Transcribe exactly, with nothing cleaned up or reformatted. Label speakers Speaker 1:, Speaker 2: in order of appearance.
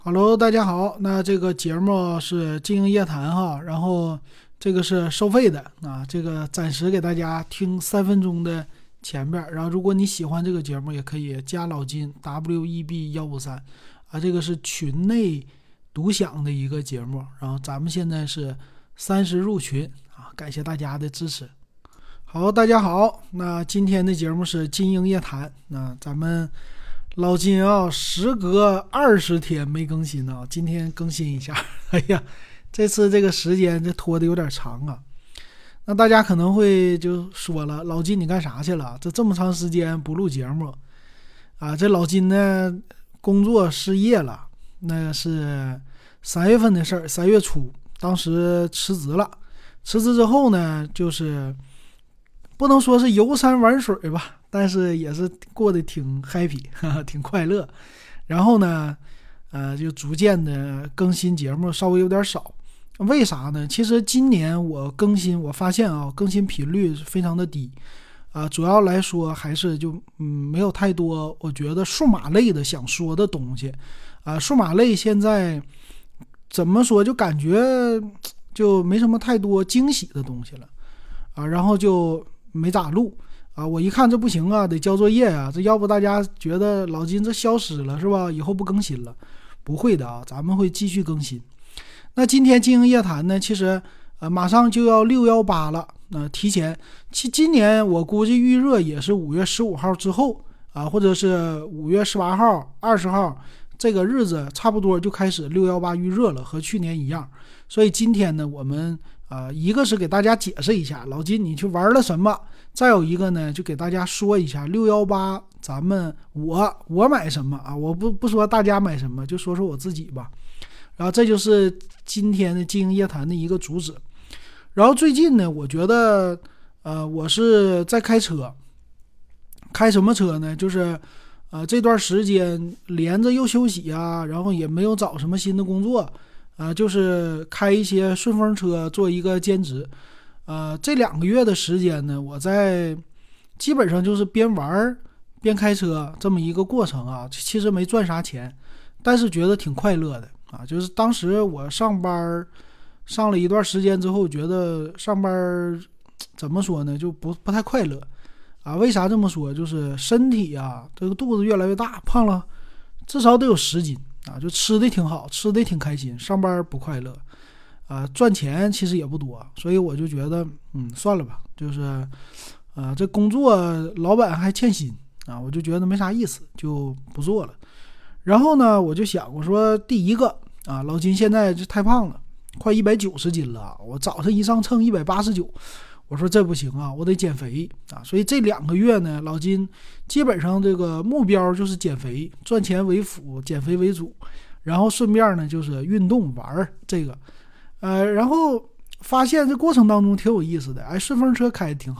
Speaker 1: Hello，大家好。那这个节目是经营夜谈哈，然后这个是收费的啊，这个暂时给大家听三分钟的前边儿，然后如果你喜欢这个节目，也可以加老金 W E B 幺五三啊，这个是群内独享的一个节目，然后咱们现在是三十入群啊，感谢大家的支持。好，大家好，那今天的节目是经营夜谈，那咱们。老金啊，时隔二十天没更新呢，今天更新一下。哎呀，这次这个时间这拖的有点长啊。那大家可能会就说了，老金你干啥去了？这这么长时间不录节目啊？这老金呢，工作失业了，那是三月份的事儿，三月初，当时辞职了。辞职之后呢，就是不能说是游山玩水吧。但是也是过得挺 happy， 哈哈，挺快乐。然后呢，呃，就逐渐的更新节目稍微有点少。为啥呢？其实今年我更新，我发现啊，更新频率非常的低。啊、呃，主要来说还是就嗯没有太多，我觉得数码类的想说的东西。啊、呃，数码类现在怎么说，就感觉就没什么太多惊喜的东西了。啊、呃，然后就没咋录。啊，我一看这不行啊，得交作业啊，这要不大家觉得老金这消失了是吧？以后不更新了。不会的啊，咱们会继续更新。那今天经营夜谈呢，其实呃马上就要六一八了，那、呃、提前其今年我估计预热也是五月十五号之后啊，或者是五月十八号、二十号这个日子差不多就开始六一八预热了，和去年一样。所以今天呢，我们啊、呃、一个是给大家解释一下老金你去玩了什么。再有一个呢，就给大家说一下六一八咱们我我买什么啊？我不不说大家买什么，就说说我自己吧。然后这就是今天的经营夜谈的一个主旨。然后最近呢，我觉得呃我是在开车，开什么车呢？就是呃这段时间连着又休息啊，然后也没有找什么新的工作啊、呃，就是开一些顺风车做一个兼职。呃，这两个月的时间呢，我在基本上就是边玩边开车这么一个过程啊。其实没赚啥钱，但是觉得挺快乐的啊。就是当时我上班上了一段时间之后，觉得上班怎么说呢，就不不太快乐啊。为啥这么说？就是身体啊，这个肚子越来越大，胖了至少得有十斤啊。就吃的挺好，吃的挺开心，上班不快乐。啊、呃，赚钱其实也不多，所以我就觉得，嗯，算了吧，就是，啊、呃，这工作老板还欠薪啊，我就觉得没啥意思，就不做了。然后呢，我就想，我说第一个啊，老金现在就太胖了，快一百九十斤了，我早上一上称一百八十九，我说这不行啊，我得减肥啊。所以这两个月呢，老金基本上这个目标就是减肥，赚钱为辅，减肥为主，然后顺便呢就是运动玩这个。呃，然后发现这过程当中挺有意思的，哎，顺风车开的挺好。